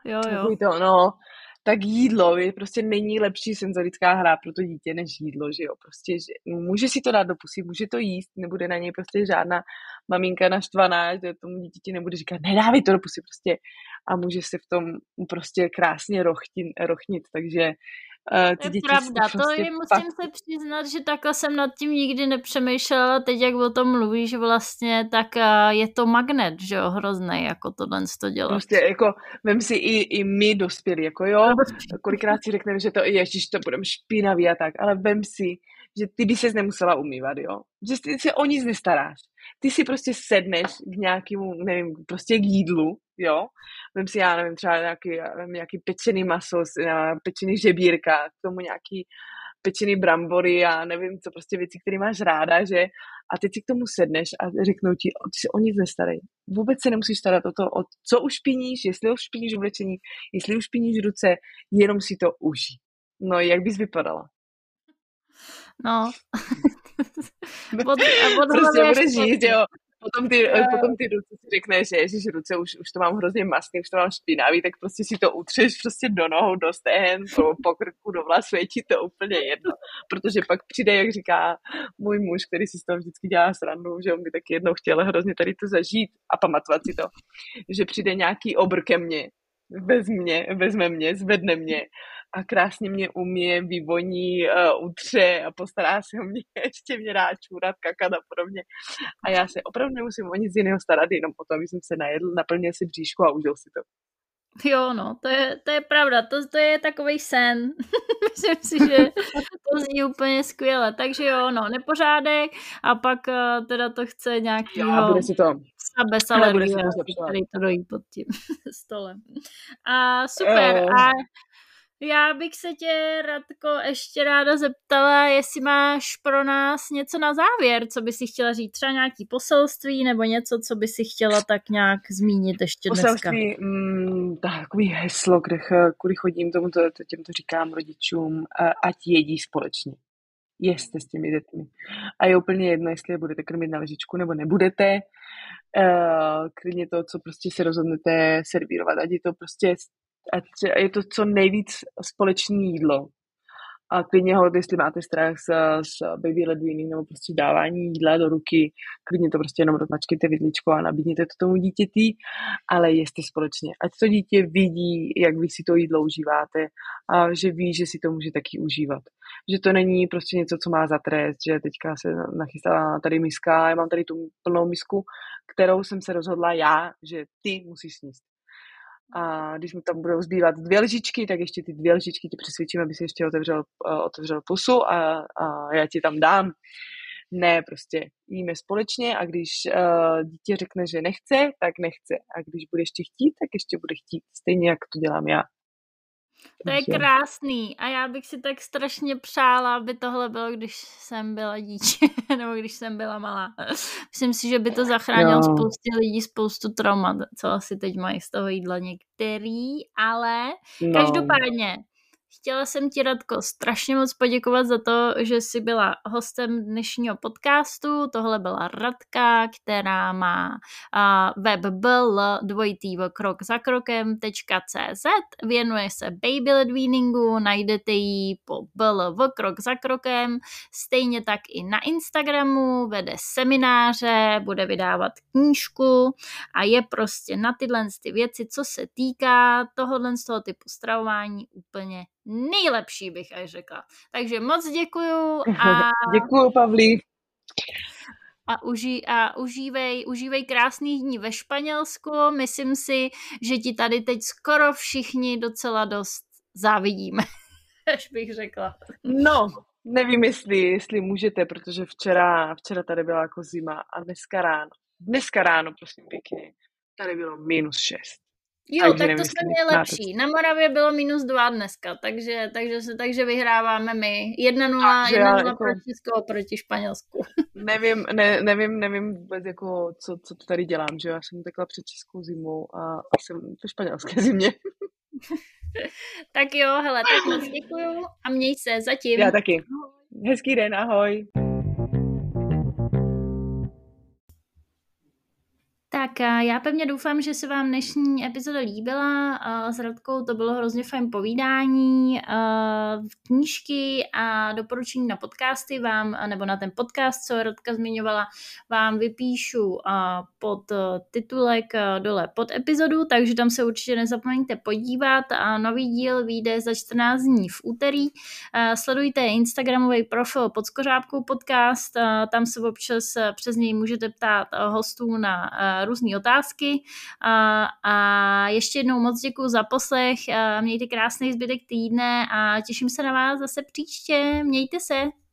Tak jídlo prostě není lepší senzorická hra pro to dítě než jídlo, že jo, prostě, že může si to dát do pusy, může to jíst, nebude na něj prostě žádná maminka naštvaná, že tomu dítěti nebude říkat, nedávej to do pusy prostě, a může se v tom prostě krásně rochnit, takže to je pravda, prostě musím se přiznat, že takhle jsem nad tím nikdy nepřemýšlela, teď jak o tom mluvíš vlastně, tak je to magnet, že jo, hrozný, jako tohle to dělat. Prostě jako, vem si i my dospělí, jako jo, kolikrát si řekneme, že to ježiš, to budeme špinavý a tak, ale vem si, že ty by ses nemusela umývat, jo. Že ty se o nic nestaráš. Ty si prostě sedneš k nějakému, nevím, prostě k jídlu, jo. Vem si, já nevím, třeba nějaký pečený maso, pečený žebírka, k tomu nějaký pečený brambory a nevím co, prostě věci, které máš ráda, že? A teď si k tomu sedneš a řeknou ti, ty se o nic nestarej. Vůbec se nemusíš starat o to, o co ušpiníš, jestli ušpiníš oblečení, jestli ušpiníš ruce, jenom si to užij. No, jak bys vypadala? No. Prostě budeš žít, jo. Potom ty ruce si řekneš, že ježiš, ruce už to mám hrozně masný, už to mám špinavý, tak prostě si to utřeš prostě do nohou, do stehen, po krku, do vlasu, je ti to úplně jedno. Protože pak přijde, jak říká můj muž, který si z toho vždycky dělá srandu, že on by taky jednou chtěl hrozně tady to zažít a pamatovat si to, že přijde nějaký obr ke mně, vezme mě, zvedne mě a krásně mě umije, vyvoní, utře a postará se o mě, ještě mě dá čůrat, kakat a podobně. A já se opravdu nemusím o nic jiného starat, jenom o to, aby jsem se najedl, naplnil si bříšku a užil si to. Jo, no, to je pravda, to je takovej sen. Myslím si, že to zní úplně skvěle. Takže jo, no, nepořádek a pak teda to chce nějakýho bez alergie, který to dojí pod tím stolem. A super. A já bych se tě, Radko, ještě ráda zeptala, jestli máš pro nás něco na závěr, co by si chtěla říct, třeba nějaký poselství nebo něco, co by si chtěla tak nějak zmínit ještě dneska. Poselství, takový heslo, kudy chodím, těmto říkám rodičům, ať jedí společně. Jeste s těmi dětmi. A je úplně jedno, jestli je budete krmit na ležičku nebo nebudete. Klidně to, co prostě si rozhodnete servírovat, ať je to co nejvíc společné jídlo. A klidně ho, jestli máte strach z baby led weaning nebo prostě dávání jídla do ruky, klidně to prostě jenom rozmačkejte vidličko a nabídněte to tomu dítěti, ale jeste společně. Ať to dítě vidí, jak vy si to jídlo užíváte a že ví, že si to může taky užívat. Že to není prostě něco, co má za trest, že teďka se nachystala tady miska, já mám tady tu plnou misku, kterou jsem se rozhodla já, že ty musíš sníst. A když mi tam budou zbývat 2 lžičky, tak ještě ty 2 lžičky ti přesvědčím, aby si ještě otevřel pusu a já ti tam dám. Ne, prostě jíme společně a když dítě řekne, že nechce, tak nechce. A když bude ještě chtít, tak ještě bude chtít. Stejně, jak to dělám já. To je krásný a já bych si tak strašně přála, aby tohle bylo, když jsem byla dítě, nebo když jsem byla malá. Myslím si, že by to zachránilo spoustě lidí, spoustu traumat, co asi teď mají z toho jídla některý, ale každopádně chtěla jsem ti, Radko, strašně moc poděkovat za to, že jsi byla hostem dnešního podcastu. Tohle byla Radka, která má web bl2krokzakrokem.cz, věnuje se baby led weaningu, najdete ji po bl2krokzakrokem, stejně tak i na Instagramu, vede semináře, bude vydávat knížku a je prostě na tyhle ty věci, co se týká tohohle z toho typu stravování úplně nejlepší, bych až řekla. Takže moc děkuju a děkuju, Pavlí. A užívej krásných dní ve Španělsku. Myslím si, že ti tady teď skoro všichni docela dost závidíme, až bych řekla. No, nevím, jestli můžete, protože včera tady byla jako zima a dneska ráno, prosím pěkně, tady bylo -6. Jo, tak to jsme měli lepší. Na Moravě bylo -2 dneska, takže vyhráváme my. 1-0 pro Česko proti Španělsku. Nevím vůbec, jako, co to tady dělám, že já jsem utekla před českou zimou a jsem ve španělské zimě. Tak jo, hele, tak moc děkuju a měj se zatím. Já taky. Hezký den, ahoj. Tak já pevně doufám, že se vám dnešní epizoda líbila. S Radkou to bylo hrozně fajn povídání. Knížky a doporučení na podcasty nebo na ten podcast, co Radka zmiňovala, vám vypíšu pod titulek dole pod epizodu, takže tam se určitě nezapomeňte podívat. Nový díl vyjde za 14 dní v úterý. Sledujte Instagramový profil Podskořápkou podcast, tam se občas přes něj můžete ptát hostů na různé otázky a ještě jednou moc děkuju za poslech, mějte krásný zbytek týdne a těším se na vás zase příště, mějte se.